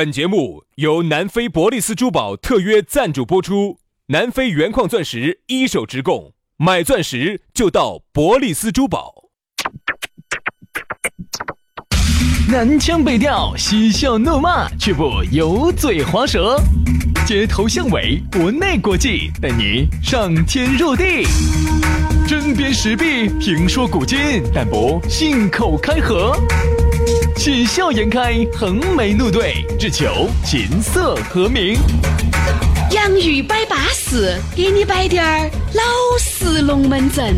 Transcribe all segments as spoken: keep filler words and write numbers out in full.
本节目由南非伯利斯珠宝特约赞助播出，南非原矿钻石一手直供，买钻石就到伯利斯珠宝。 南腔北调，嬉笑怒骂，却不油嘴滑舌，街头巷尾，国内国际，带你上天入地，针砭时弊，评说古今，但不信口开河，喜笑颜开，横眉怒对，只求琴瑟和鸣。 洋芋摆巴士，给你摆点儿老式龙门阵。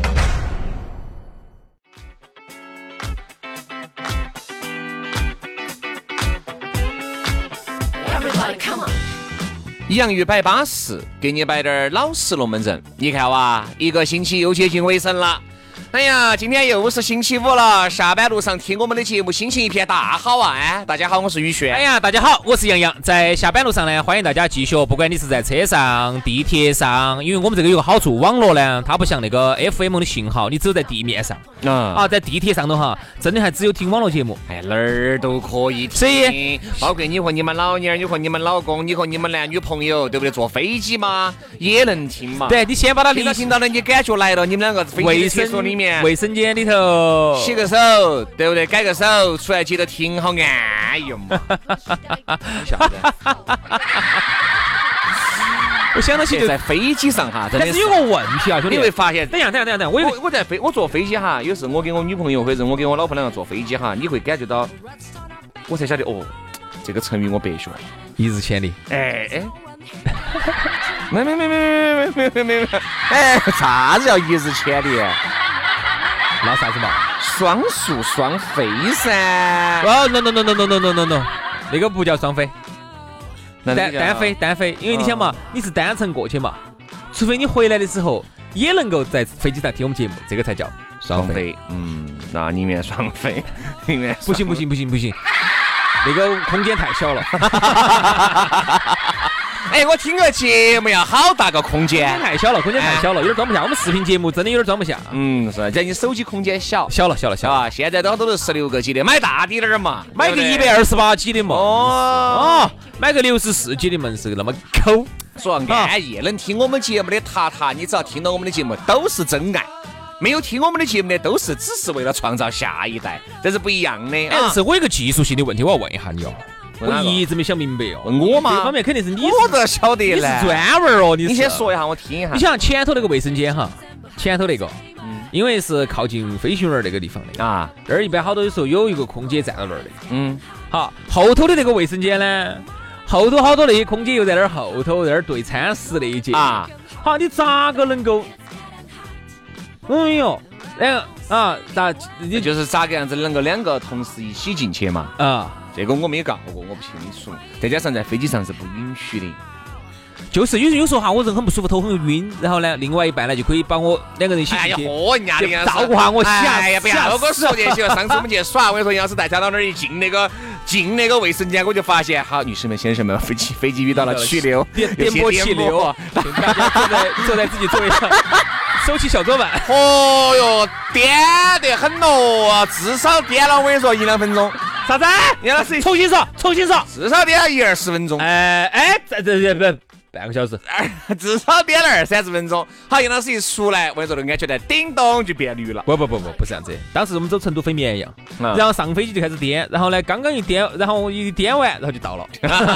洋芋摆巴士，给你摆点老实龙门阵。你看哇，一个星期又接近尾声了。哎呀，今天又是星期五了，下班路上听我们的节目，心情一片大好啊！哎，大家好，我是宇轩。 哎呀，大家好，我是杨洋。在下班路上呢，欢迎大家继续，不管你是在车上、地铁上，因为我们这个有个好处，网络呢，它不像那个 F M 的信号，你只有在地面上。 嗯、 啊，在地铁上头哈，真的还只有听网络节目， 哎，哪儿都可以听。 所以， 包括你和你们老娘，你和你们老公，你和你们男女朋友，对不对？坐飞机嘛，也能听嘛。 对，你先把它听到听到了，你感觉来了，你们两个飞机的厕所里面， 卫生间里头洗个手，对不对？改个手，出来接着听，好安逸嘛。晓得。 我想到起就在飞机上哈，真的但是有个问题啊，兄弟， 你会发现， 等一下，等一下，等一下，我我我在飞，我坐飞机哈，有时我跟我女朋友或者我跟我老婆两个坐飞机哈，你会感觉到，我才晓得哦，这个成语我白学， 一日千里。 哎哎，没没没没没没没没没，哎，啥子叫一日千里？ 那啥子嘛？ 双宿双飞噻。 哦 ，no no no no no no no no no， 那个不叫双飞。单单飞单飞，因为你想嘛，你是单程过去嘛，除非你回来的时候也能够在飞机上听我们节目，这个才叫双飞。 嗯，那里面双飞，里面不行不行不行不行，那个空间太小了。 哎，我听个节目要好大个空间， 空间太小了，空间太小了，有点装不下。我们视频节目真的有点装不下。 嗯，是，在你手机空间小， 小了，小了，小了啊！现在都都是十六个 G 的，买大点点嘛， 买个一百二十八 G 的嘛。 哦哦，买个六十四 G 的嘛是那么抠， 说安逸。能听我们节目的塔塔，你只要听到我们的节目都是真爱。没有听我们的节目的，都是只是为了创造下一代，这是不一样的。 哎，是我有个技术性的问题，我要问一下你哦。我一直没想明白哦。 问我吗？ 这方面肯定是你， 我都晓得了。你是专门哦，你你先说一下，我听一下。 你想前头那个卫生间哈，前头那个，嗯，因为是靠近飞行员那个地方的啊，这儿一般好多有时候有一个空姐站到那儿的，嗯，好，后头的那个卫生间呢，后头好多那些空姐又在那儿后头，在那儿对餐食那一节啊，好，你咋个能够？哎呦，两个啊，咋你就是咋个样子能够两个同时一起进去嘛？啊。这个我没搞过，我不清楚。再加上在飞机上是不允许的， 就是有有时候哈，我人很不舒服，头很晕，然后呢，另外一半呢就可以把我两个人一起进去， 嚯，人家的照顾下我。 哎呀，不要跟我说这些了。上次我们去耍，我跟你说，要是带他到那儿一进那个进那个卫生间，我就发现，好，女士们、先生们，飞机飞机遇到了气流， 颠颠簸气流，请大家坐在坐在自己座位上。收起小桌板， 哦哟，颠得很咯，至少颠了我跟你说一两分钟。 啥子？ 杨老师， 重新说，重新说， 至少颠了一二十分钟。 哎哎，这这这半个小时， 至少颠了二三十分钟。好，杨老师一出来，我跟你说，那个安全带叮咚就变绿了。 不不不不，不是这样子。当时我们走成都飞绵阳，嗯、然后上飞机就开始颠，然后呢，刚刚一颠，然后一颠完，然后就到了。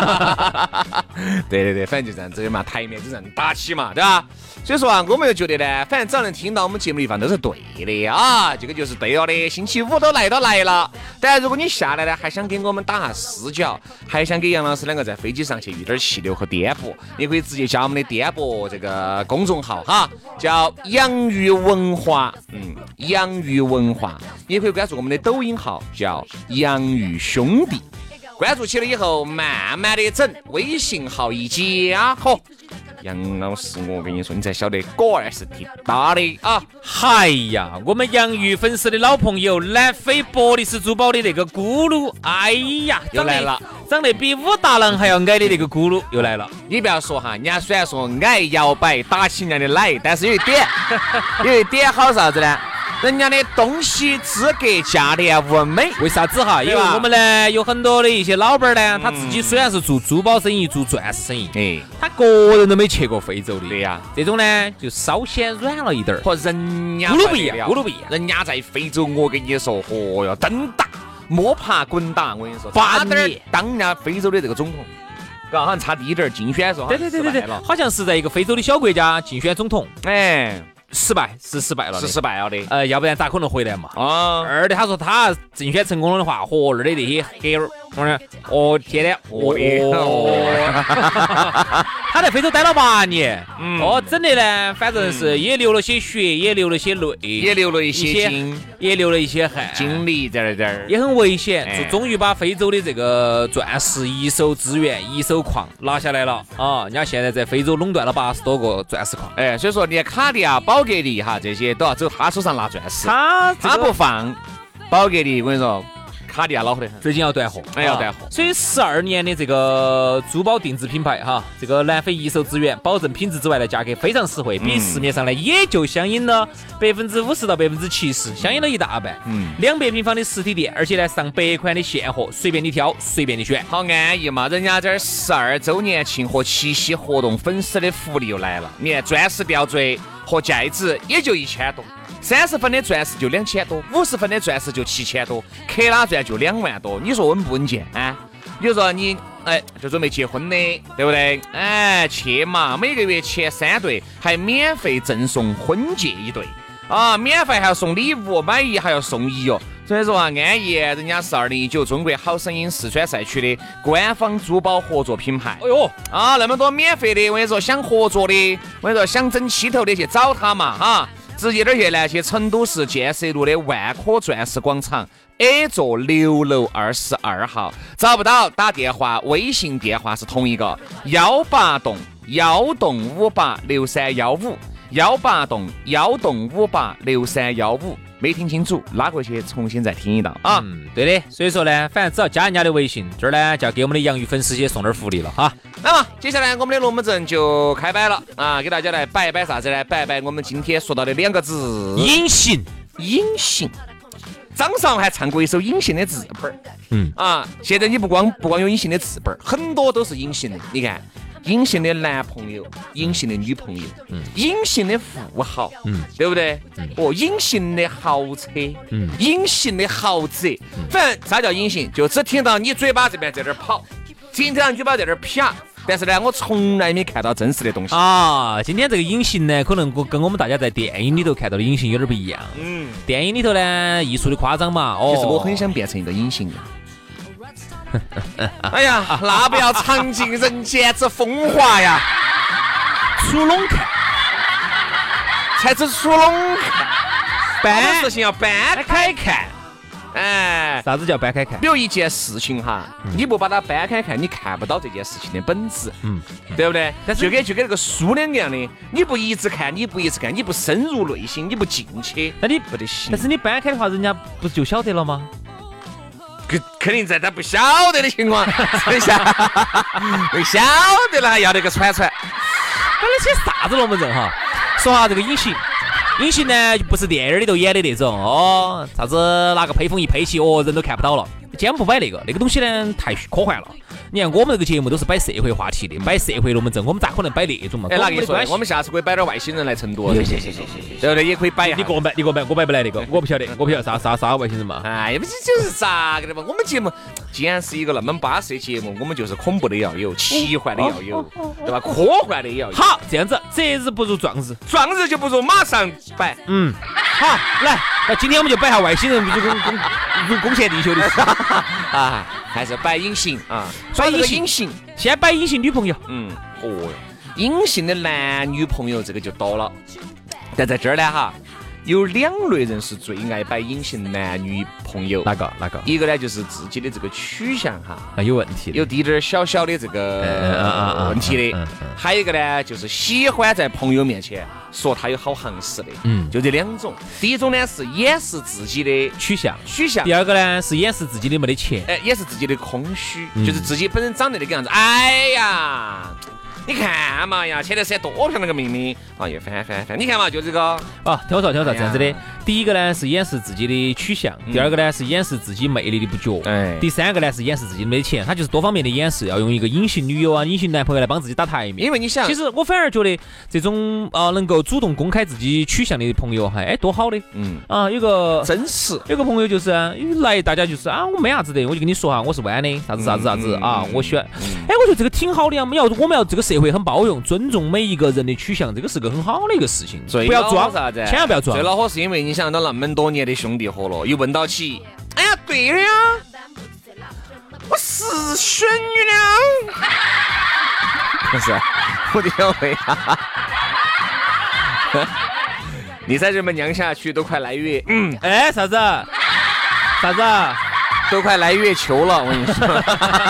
对对对，反正就这样子嘛，台面就这样打起嘛，对吧？所以说啊，我们又觉得呢，反正只要能听到我们节目的地方都是对的啊，这个就是对了的。星期五都来都来了，但如果你下来呢，还想给我们打下私脚，还想给杨老师两个在飞机上去遇点气流和颠簸，你可以直接加我们的颠簸这个公众号哈，叫洋芋文化，嗯，洋芋文化，也可以关注我们的抖音号叫洋芋兄弟。关注起了以后，慢慢的整，微信号一加，嚯，杨老师，我跟你说，你才晓得果然是挺大的啊！ 嗨呀，我们洋芋粉丝的老朋友，南非伯利斯珠宝的那个咕噜，哎呀， 又来了， 长得比武大郎还要矮的那个咕噜又来了。 你不要说哈，人家虽然说矮摇摆打起人家的奶，但是有一点，有一点好啥子呢？ 人家的东西资格价廉物美， 为啥子哈？因为我们呢有很多的一些老板呢，他自己虽然是做珠宝生意、做钻石生意，哎，他个人都没去过非洲的。 对呀， 这种呢就稍显软了一点儿。 和人家咕噜不一样，咕噜不一样。 人家在非洲，我跟你说，嚯哟，蹬打、摸爬滚打，我跟你说， 八年当人家非洲的这个总统。好像差第一点竞选的时候， 对对对对对，好像是在一个非洲的小国家竞选总统， 哎， 失败是失败了， 是失败了的， 呃，要不然咋可能回来嘛？ 啊， 二的他说他竞选成功了的话，嚯，那的那些黑儿，哦天哪，哦，他在非洲待了八年，嗯、哦，整的呢，反正是也流了些血，也流了些泪， 也流了一些精， 也流了一些汗， 精力在那点儿， 也很危险，哎、终于把非洲的这个钻石一手资源、一手矿拿下来了啊！人家现在在非洲垄断了八十多个钻石矿， 哎，所以说连卡地亚、宝格丽哈这些都要走他手上拿钻石， 他、 这个、他不放宝格丽，我跟你说。卡地亚恼火得很， 最近要断货， 哎，要断货。 所以十二年的这个珠宝定制品牌哈，这个南非一手资源，保证品质之外的价格非常实惠，比市面上呢也就相应了百分之五十到百分之七十，相应了一大半。嗯，两百平方的实体店，而且呢上百款的现货，随便你挑，随便你选， 好安逸嘛。人家这儿十二周年庆和七夕活动，粉丝的福利又来了。你看钻石吊坠和戒指也就一千多。三十分的钻石就两千多，五十分的钻石就七千多，克拉钻就两万多，你说稳不稳健啊？比如说你哎就准备结婚的，对不对？哎，去嘛，每个月前三对还免费赠送婚戒一对啊，免费还要送礼物，买一还要送一哦。所以说啊，安逸，人家是二零一九中国好声音四川赛区的官方珠宝合作品牌。哎呦啊，那么多免费的，我跟你说，想合作的，我跟你说想整气头的去找他嘛哈。直接点去呢，去成都市建设路的万科钻石广场 A 座六楼二十二号，找不到打电话，微信电话是同一个幺八栋幺栋五八六三幺五幺八栋幺栋五八六三幺五。没听清楚，拉过去重新再听一道啊！ 嗯，对的。所以说呢，反正只要加人家的微信，这儿呢就要给我们的洋芋粉丝些送点福利了哈。 那么接下来我们的龙门阵就开摆了啊，给大家来摆一摆啥子呢？摆一摆我们今天说到的两个字： 隐形。 隐形。张韶还唱过一首隐形的字本儿，嗯啊，现在你不光不光有隐形的字本儿，很多都是隐形的。你看。隐形的男朋友，隐形的女朋友，嗯，隐形的富豪，嗯，对不对？嗯，哦，隐形的豪车，嗯，隐形的豪宅，反正啥叫隐形？就只听到你嘴巴这边在这儿跑，听到你嘴巴在这儿啪，但是呢，我从来没看到真实的东西啊。今天这个隐形呢，可能跟我们大家在电影里头看到的隐形有点不一样。嗯，电影里头呢，艺术的夸张嘛，哦， 其实我很想变成一个隐形人。哎呀，那不要尝尽人间之风华呀！ 出笼看， 才是出笼看，搬事情要搬开看。哎， 啥子叫搬开看？ 比如一件事情哈，嗯、你不把它搬开看，你看不到这件事情的本质，嗯，对不对？但是就跟就跟那个书两样的，你不一直看，你不一直看，你不深入内心，你不进去， 那你不得行。 但是你搬开的话，人家不是就晓得了吗？ 肯定在他不晓得的情况之下，不晓得了还要那个传传， 搞那些啥子龙门阵哈？说下这个隐形，隐形呢就不是电影里头演的那种哦，啥子拿个披风一披起哦，人都看不到了。今天不摆那个，那个东西呢太科幻了。你看我们这个节目都是摆社会话题的，摆社会龙门阵，我们咋可能摆那种嘛？ 哎，那跟你说，我们下次可以摆点外星人来成都，行行行行行，对不对？也可以摆一下。 你给我摆，你给我摆，我摆不来那个，我不晓得，我不晓得啥啥啥外星人嘛。 哎，不是就是啥个的嘛？我们节目既然是一个那么巴适的节目，我们就是恐怖的要有，奇幻的要有，对吧？科幻的也要有。 好，这样子，择日不如撞日， 撞日就不如马上摆。 嗯，好，来，那今天我们就摆下外星人攻攻攻陷地球的事啊。还是摆隐形啊， 摆隐形，形先摆隐形女朋友。 嗯，哦，隐形的男女朋友这个就多了，但在这儿呢哈，有两类人是最爱摆隐形男女朋友。 哪个？哪个？ 一个呢就是自己的这个取向哈， 啊有问题， 有滴点小小的这个问题的。还有一个呢就是喜欢在朋友面前说他有好行势的。嗯，就这两种。第一种呢是掩饰自己的取向， 取向。 第二个呢是掩饰自己的没得钱， 哎，掩饰自己的空虚，嗯、就是自己本身长得那个样子。哎呀。你看嘛呀，前段时间多漂亮那个妹妹，哎呀翻翻翻！你看嘛，就这个啊，听我说，听我说，这样子的， 第一个呢是掩饰自己的取向，第二个呢是掩饰自己魅力的不绝，哎，第三个呢是掩饰自己没钱，他就是多方面的掩饰，要用一个隐形女友啊、隐形男朋友来帮自己打台面。 因为你想， 其实我反而觉得这种啊、呃、能够主动公开自己取向的朋友，还哎多好的，嗯啊，有个真实， 有个朋友就是来大家就是啊，我没啥子的，我就跟你说哈，我是弯的，啥子啥子啥子、嗯、啊，我喜欢，哎、嗯，我觉得这个挺好的呀，我们要我们要这个社会很包容，尊重每一个人的取向，这个是个很好的一个事情，不要装啥子，千万不要装。 最恼火是因为你想到那么多年的兄弟伙了，一问到起，哎呀，对了呀，我是选女了，不是，我的小妹啊，你在这么娘下去都快来月， 嗯，哎，啥子？啥子？ 都快来月球了，我跟你说，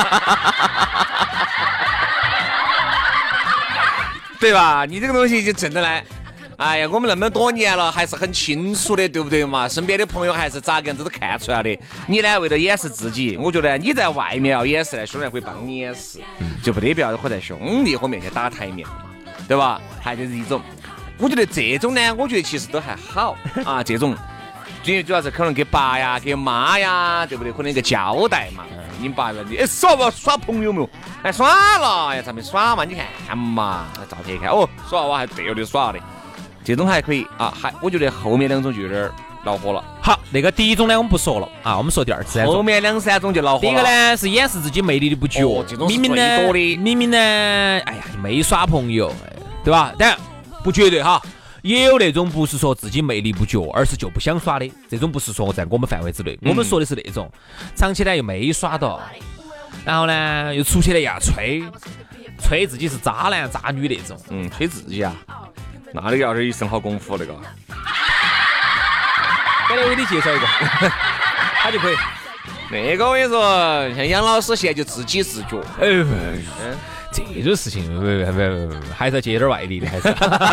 对吧？你这个东西就整的来。哎呀，我们那么多年了，还是很清楚的，对不对嘛？身边的朋友还是咋个样子都看出来的。你呢，为了掩饰自己，我觉得你在外面要掩饰呢，兄弟会帮你掩饰，就不得必要会在兄弟伙面前打台面嘛，对吧？还就是一种，我觉得这种呢，我觉得其实都还好啊。这种，因为主要是可能给爸呀、给妈呀，对不对？可能一个交代嘛。你爸问你，哎，耍不耍朋友没有？哎，耍了，哎，咱们耍嘛？你看嘛，照片看，哦，耍我还对有的耍的。这种还可以啊，还我觉得后面两种就有点恼火了。 好，那个第一种呢，我们不说了啊，我们说第二三种。 后面两三种就恼火了。 第一个呢是掩饰自己魅力的不绝， 哦、 明明呢，明明呢，哎呀，没耍朋友，对吧？但不绝对哈，也有那种不是说自己魅力不绝，而是就不想耍的，这种不是说在我们范围之内。嗯、我们说的是那种长期呢又没耍到，然后呢又出去了要吹，吹自己是渣男渣女那种。 嗯，吹自己啊。那那个要是一身好功夫那个， 我来为你介绍一个，他就可以。 那个我跟你说，像杨老师现在就自己自觉，哎，嗯， 这种事情还是要接点外力的，还是。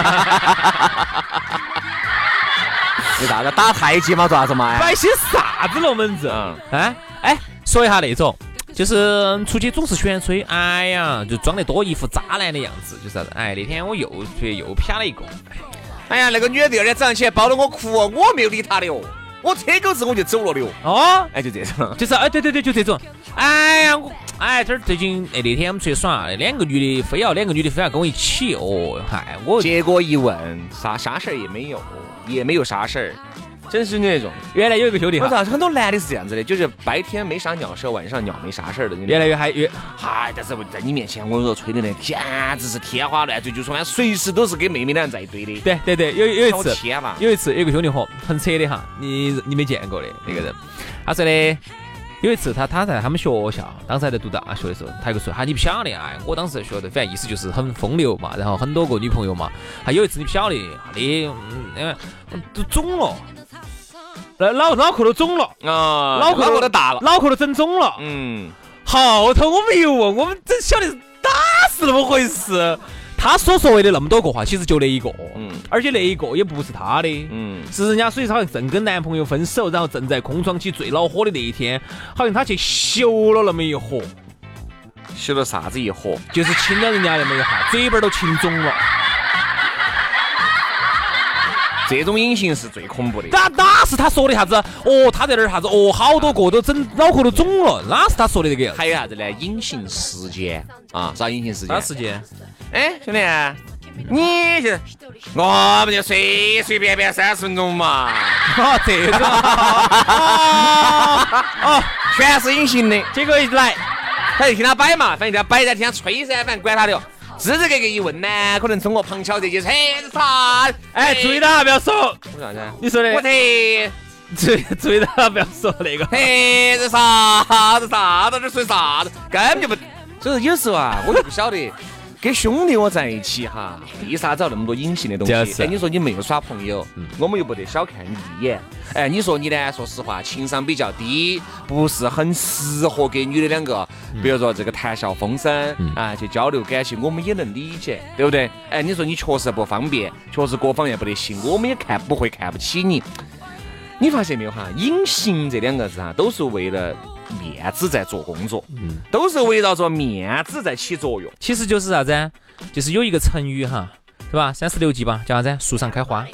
你啥子打太极嘛，做啥子嘛？ 摆些啥子龙门阵？哎哎，说一下那种。就是出去总是喜欢吹，哎呀，就装得多一副渣男的样子，就是啥子？哎，那天我又去又啪了一个， 哎呀，那个女的第二天早上起来抱着我哭，我没有理她的哦，我扯狗子我就走了的哦。 哦， 哎，就这种， 就是哎，对对对，就这种。哎呀，我哎这儿最近哎那天我们出去耍，两个女的非要两个女的非要跟我一起哦，嗨，我结果一问，啥啥事儿也没有，也没有啥事儿。真是那种， 原来有一个兄弟， 我知道很多男的是这样子的，就是白天没啥鸟事，晚上鸟没啥事的。 越来越还越嗨，但是在你面前，我说吹的那简直是天花乱坠，就说随时都是跟妹妹两人在一堆的。 对对对，有有一次， 天嘛， 有一次有一个兄弟伙很扯的哈，你你没见过的那个人，他说的。有一次他他在他们学校，当时还在读大学的时候，他就说他你不晓得哎，我当时在学的，反正意思就是很风流嘛，然后很多个女朋友嘛。他有一次你不晓得，你嗯都肿了。脑脑壳都肿了啊， 脑壳都大了， 脑壳都整肿了。 嗯， 后头我们一问，我们真晓得打是那么回事。他所所谓的那么多个话，其实就那一个，嗯，而且那一个也不是他的，嗯，是人家所以好像正跟男朋友分手，然后正在空窗期最恼火的那一天，好像他去修了那么一盒， 修了啥子一盒？ 就是亲了人家那么一下，嘴巴都亲肿了。 这种隐形是最恐怖的。 那那是他说的啥子？哦，他在那儿啥子？哦，好多个都整脑壳都肿了。那是他说的这个样子。 还有啥子呢？隐形事件啊？啥隐形事件？ 啥事件？ 哎，兄弟，你就我们就随随便便三十分钟嘛。 啊，这种哦，全是隐形的。 结果一来， 他就听他摆嘛，反正他摆在听他吹噻，反正管他的。支支格格一问呢，可能从我旁敲这些车子啥？ 哎，注意到不要说。 我啥子？ 你说的。 我这注意注意到不要说那个。 嘿，这啥子啥子？这说啥子？根本就不。所以有时候啊，我就不晓得。跟兄弟我在一起哈，为啥找那么多隐形的东西？哎，你说你没有耍朋友，嗯、我们又不得小看你一眼。哎，你说你呢？说实话，情商比较低，不是很适合给女的两个，比如说这个谈笑风生、嗯、啊，去交流感情，我们也能理解，对不对？哎，你说你确实不方便，确实各方面不得行，我们也看不会看不起你。你发现没有哈？隐形这两个字啊，都是为了面子在做工作，嗯，都是围绕着面子在起作用。 其实就是啥子？就是有一个成语哈，对吧？三十六计吧，叫啥子？树上开花。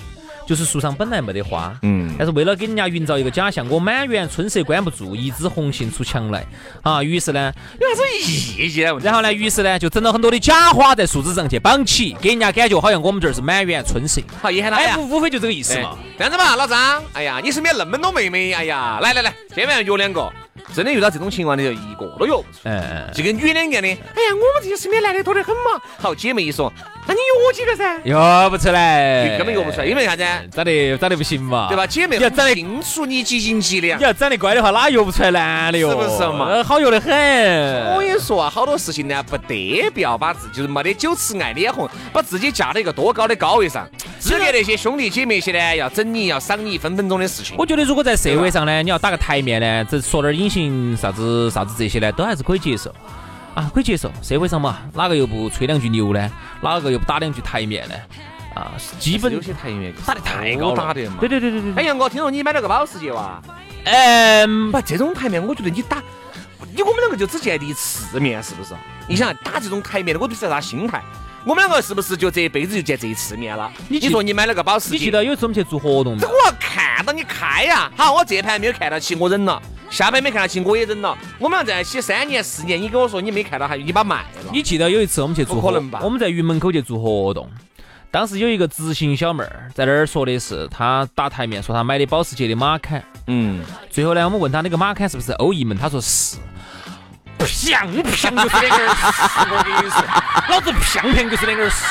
就是树上本来没得花，嗯，但是为了给人家营造一个假象，我满园春色关不住，一枝红杏出墙来啊。于是呢， 有啥子意义？ 然后呢，于是呢，就整了很多的假花在树枝上去绑起，给人家感觉好像我们这儿是满园春色。 好，一喊他， 哎，无非就这个意思嘛。 这样子吧，老张，哎呀，你身边那么多妹妹，哎呀，来来来，今晚约两个。真的遇到这种情况，你就一个都约不出。嗯，这个女两个的，哎呀，我们这些身边男的多得很嘛。好，姐妹一说，那你约几个噻？ 约不出来， 根本约不出来，因为啥子？ 长得长得不行嘛， 对吧？姐妹要长得清楚你几斤几两， 你要长得乖的话，哪约不出来男的哟？ 是不是嘛？ 好约得很。 我跟你说啊，好多事情呢，不得不要把自就是没得酒吃爱脸红，把自己架到一个多高的高位上。只给那些兄弟姐妹些呢，要整你，要赏你分分钟的事情。 我觉得如果在社会上呢，你要打个台面呢，这说点隐形啥子啥子这些呢，都还是可以接受啊，可以接受。社会上嘛，哪个又不吹两句牛呢？哪个又不打两句台面呢？啊，基本有些台面打得太高打的嘛。 对对对对对。 哎，杨哥，听说你买了个保时捷哇？ 嗯， 不，这种台面，我觉得你打，你我们两个就只见第一次面，是不是？你想打这种台面的，我就是啥心态？我们两个是不是就这一辈子就见这一次面了？你说你买了个保时捷， 你记得有一次我们去做活动， 这我要看到你开呀！好，我这盘没有看到起，我忍了；下盘没看到起，我也忍了。我们俩在一起三年四年，你跟我说你没看到，还你把卖了。 你记得有一次我们去做活动吧？我们在云门口去做活动，当时有一个执行小妹儿在那儿说的是，她打台面说她买的保时捷的马坎。嗯，最后呢，我们问她那个马坎是不是欧翼门，她说是。啪啪就是两根屎，我跟你说，老子啪啪就是两根屎。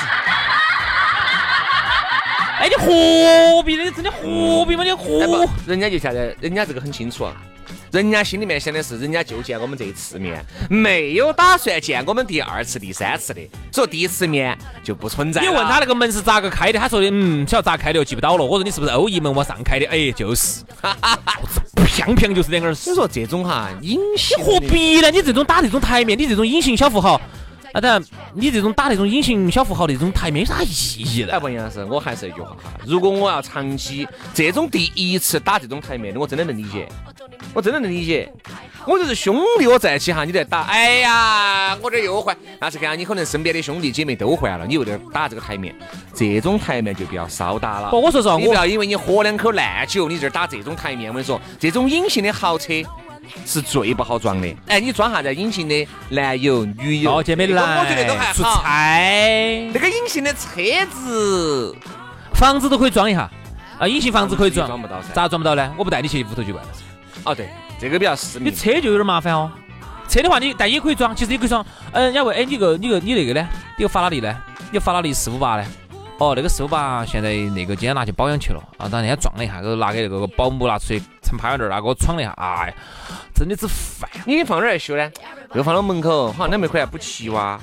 哎，你何必呢？真的何必嘛？你何？ 人家就现在，人家这个很清楚啊。人家心里面想的是，人家就见我们这一次面，没有打算见我们第二次、第三次的，所以第一次面就不存在了。 你问他那个门是咋个开的，他说的，嗯，晓得咋开的，我记不到了。我说你是不是欧翼门往上开的？哎，就是。砰砰就是两根屎。 你说这种哈隐形， 你何必呢？你这种打这种台面，你这种隐形小富豪。啊，当然，你这种打那种隐形小富豪的这种台面有啥意义呢？ 哎，不，杨老师，我还是一句话哈，如果我要长期这种第一次打这种台面的，我真的能理解，我真的能理解。我就是兄弟，我在一起哈，你在打，哎呀，我这又换，那是看你可能身边的兄弟姐妹都换了，你有点打这个台面，这种台面就不要少打了。 不，我说实话， 你不要因为你喝两口烂酒，你这打这种台面，我跟你说，这种隐形的豪车。是最不好装的，哎，你装下在隐形的男友、女友、 哦，姐妹来， 我觉得都还好。 出差， 那个隐形的车子、 房子都可以装一下啊，隐形房子可以装， 装不到噻？ 咋装不到呢？我不带你去屋头去办。 哦，对，这个比较私密。 你车就有点麻烦哦。车的话，你但也可以装，其实也可以装。嗯，人家问，哎，你个、你个、你那个呢？你个法拉利呢？你个法拉利四五八呢？哦，那个四五八现在那个今天拿去保养去了啊，当那天撞了一下，给拿给那个保姆拿出去趁拍那儿，拿给我闯了一下，哎呀，真的是烦。 你放哪儿来修呢？又放到门口，好像两百块补齐哇。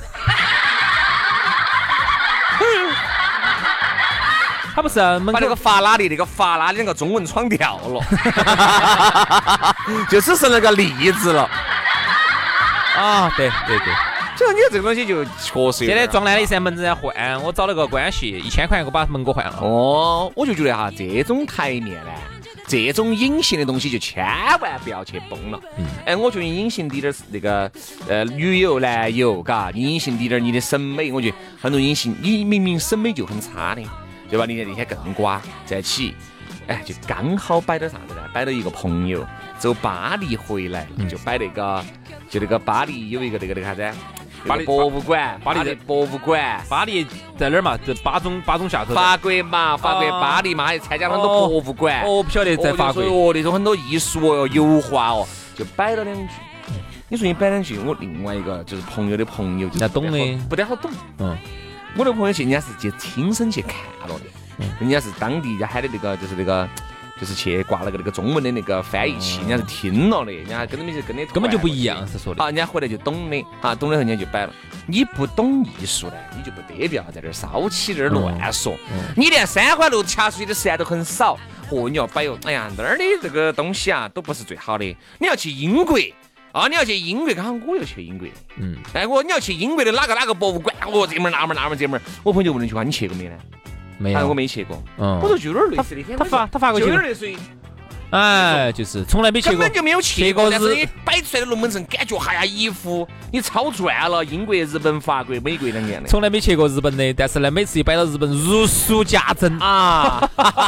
他不是啊，门口把那个法拉利那个法拉利那个中文闯掉了，就只剩那个例子了。 啊，对对对。 就你这个东西就确实。 现在撞烂了一扇门子要换，我找了个关系，一千块钱给我把门给我换了。 哦，我就觉得哈，这种台面呢，这种隐形的东西就千万不要去崩了。嗯，哎，我觉得隐形滴点那个呃女友男友，嘎，你隐形滴点你的审美，我觉得很多隐形，你明明审美就很差的，对吧？你那天更瓜在一起。哎，就刚好摆到啥子呢？摆到一个朋友走巴黎回来，嗯、就摆那个，就那个巴黎有一个那个那个啥子？巴黎博物馆，巴黎的博物馆， 巴黎在哪儿嘛？在巴中巴中下头。 法国嘛，法国巴黎嘛，还参加了很多博物馆。 哦，不晓得在法国。 哦，那种很多艺术哦，油画哦，就摆了两句。你说你摆两句，我另外一个就是朋友的朋友，就懂的， 不得好懂。嗯，我的朋友去，人家是去亲身去看了的。嗯、人家是当地人家喊的那个，就是那个，就是去挂了个那个中文的那个翻译器，人家是听了的，人家跟他们是跟的根本就不一样，是说的。 啊，人家回来就懂的，啊，懂了人家就摆了。你不懂艺术呢，你就不得不要在这儿骚起，这儿乱说。嗯嗯、你连三环路掐出去的时间都很少，哦，你要摆哟，哎呀，那儿的这个东西啊，都不是最好的。你要去英国。啊！你要去英国，刚好我又去英国。嗯，哎，我你要去英国的哪个哪个博物馆？我这门那门那门这门。我朋友就问了一句话：你去过没呢？ 没有， 我没去过。嗯，我说就有点类似的。 他发他发过去， 有点类似于。 哎，就是从来没去过， 根本就没有去过。但是你日摆出来的龙门阵，感觉哎呀，一副你超赚了英国、日本、法国、美国两年的。 从来没去过日本的，但是呢，每次一摆到日本，如数家珍啊！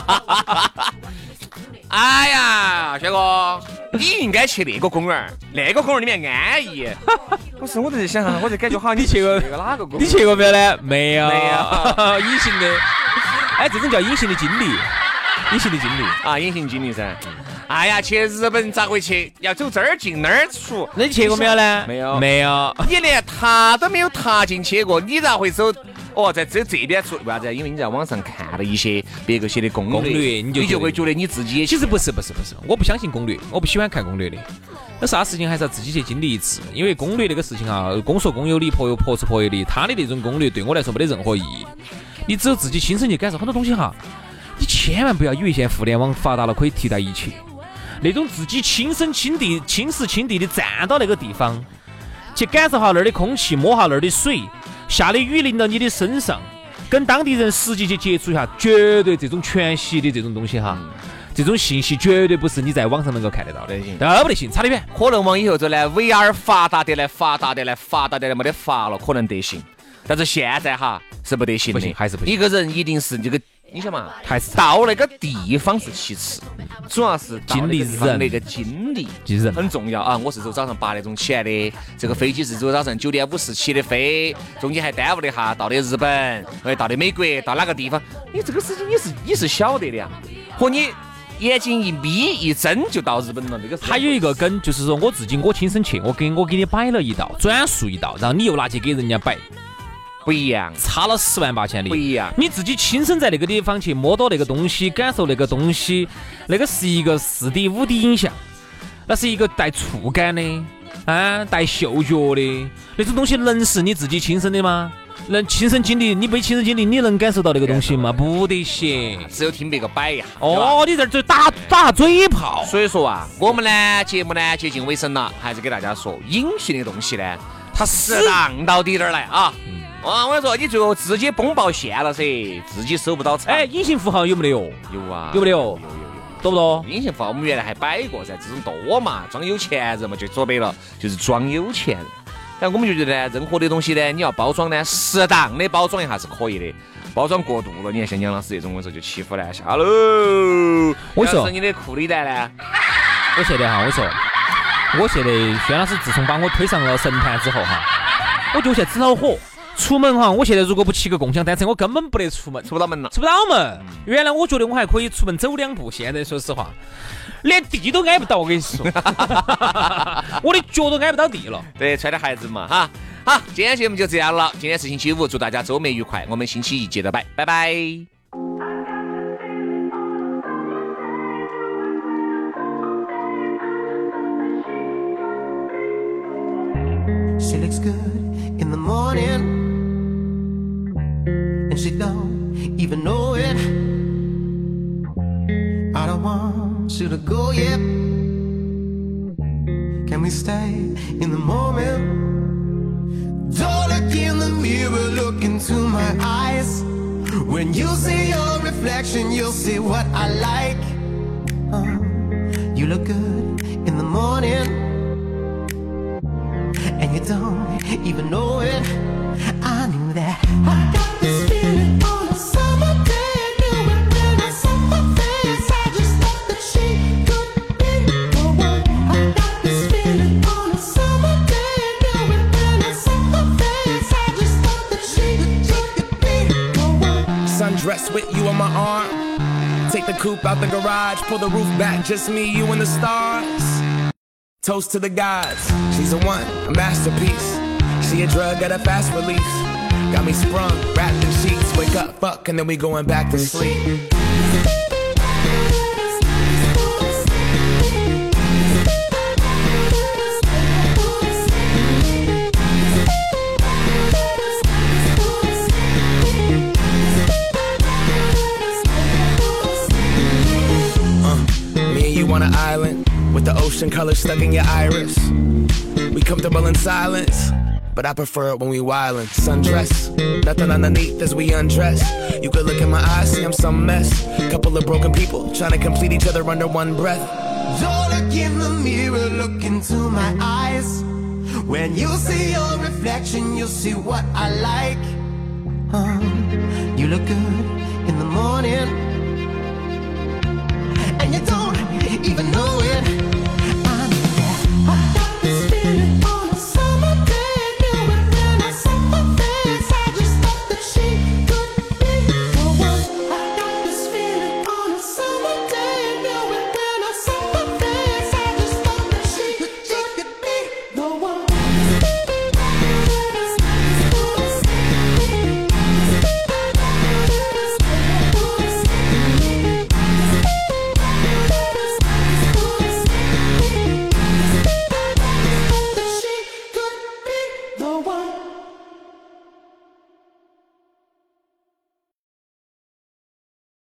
哎呀，轩哥，你应该去那个公园，那个公园里面安逸。不是，我在想哈，我就感觉好像你去过那个哪个公园？ 你去过没有呢？没有， 没有， 隐形的。哎，这种叫隐形的经历，隐形的经历啊，隐形经历噻。哎呀，去日本咋会去？要走这儿进那儿出。 那你去过没有呢？ 没有， 没有。 你连踏都没有踏进去过，你咋会走？哦，在这这边出为啥子？因为你在网上看了一些别个写的攻略， 攻略你就你就会觉得你自己也。 其实不是不是不是，我不相信攻略，我不喜欢看攻略的。那啥事情还是要自己去经历一次，因为攻略那个事情啊，公说公有理，婆有婆说婆有理，他的那种攻略对我来说没得任何意义。你只有自己亲身去感受很多东西哈，你千万不要以为现在互联网发达了可以替代一切。那种自己亲身亲地、亲时亲地的站到那个地方，去感受下那儿的空气，摸下那儿的水。下的雨淋到你的身上，跟当地人实际去接触一下，绝对这种全息的这种东西哈，嗯、这种信息绝对不是你在网上能够看得到的，都不得行，差得远。 可能往以后走呢 ，V R 发达的来，发达的来，发达的来没得法了，可能得行。但是现在哈是不得行的， 不行，还是不行。 一个人一定是这个，你想嘛， 还是到那个地方是其次，主要是经历人那个经历人很重要啊！我是走早上八点钟起来的，这个飞机是走早上九点五十起的飞，中间还耽误了一下，到的日本，哎，到的美国，到哪个地方？你这个事情你是你是晓得的呀，和你眼睛一眯一睁就到日本了，这个还有一个梗就是说我自己我亲身去，我给我给你摆了一道，转述一道，然后你又拿去给人家摆。 不一样， 差了十万八千里。 不一样， 你自己亲身在那个地方去摸到那个东西，感受那个东西，那个是一个四 D 五 D 影像，那是一个带触感的啊，带嗅觉的那种东西，能是你自己亲身的吗？能亲身经历？你没亲身经历，你能感受到那个东西吗？不得行， 只有听别个摆呀。 哦，你在这打打嘴炮。 所以说啊，我们呢节目呢接近尾声了，还是给大家说，隐形的东西呢，它适当到底点儿来啊。嗯啊！我跟你说，你最后自己崩爆线了噻，自己收不到场。 哎，隐形符号有没得哟？ 有啊， 有没得哟？ 有有有， 多不多？ 隐形符号我们原来还摆过噻，这种多嘛，装有钱人嘛，就说白了就是装有钱人。但我们就觉得呢，任何的东西呢，你要包装呢，适当的包装一下是可以的，包装过度了，你看像杨老师这种，我说就欺负了下喽。 我说你的裤里带呢？ 我现在哈，我说，我现在轩老师自从把我推上了神坛之后哈，我就现在只恼火。出门哈，我现在如果不骑个共享单车，我根本不得出门， 出不到门了， 出不到门。原来我觉得我还可以出门走两步，现在说实话，连地都挨不到。我跟你说，我的脚都挨不到地了。 对，穿的鞋子嘛哈。好，今天节目就这样了。今天是星期五，祝大家周末愉快。我们星期一接着拜，拜拜。 She looks good in the morning, and she don't even know it. I don't want you to go yet. Can we stay in the moment? Don't look in the mirror, look into my eyes. When you see your reflection, you'll see what I like. uh, You look good in the morning, and you don't even know it. I knew that. I got this feeling on a summer day. I knew it when I saw her face. I just thought that she could be the one. I got this feeling on a summer day. I knew it when I saw her face. I just thought that she could be the one. Sundress with you on my arm. Take the coupe out the garage. Pull the roof back. Just me, you, and the stars. Toast to the gods. She's a one, a masterpiece. She a drug at a fast release. Got me sprung, wrapped in sheets. Wake up, fuck, and then we going back to sleep. Uh, me and you on an island with the ocean color stuck in your iris. We comfortable in silence, but I prefer it when we wildin'. Sundress, nothing underneath as we undress. You could look in my eyes, see I'm some mess. Couple of broken people trying to complete each other under one breath. Don't look in the mirror, look into my eyes. When you see your reflection, you'll see what I like. Uh, you look good in the morning, and you don't even know it.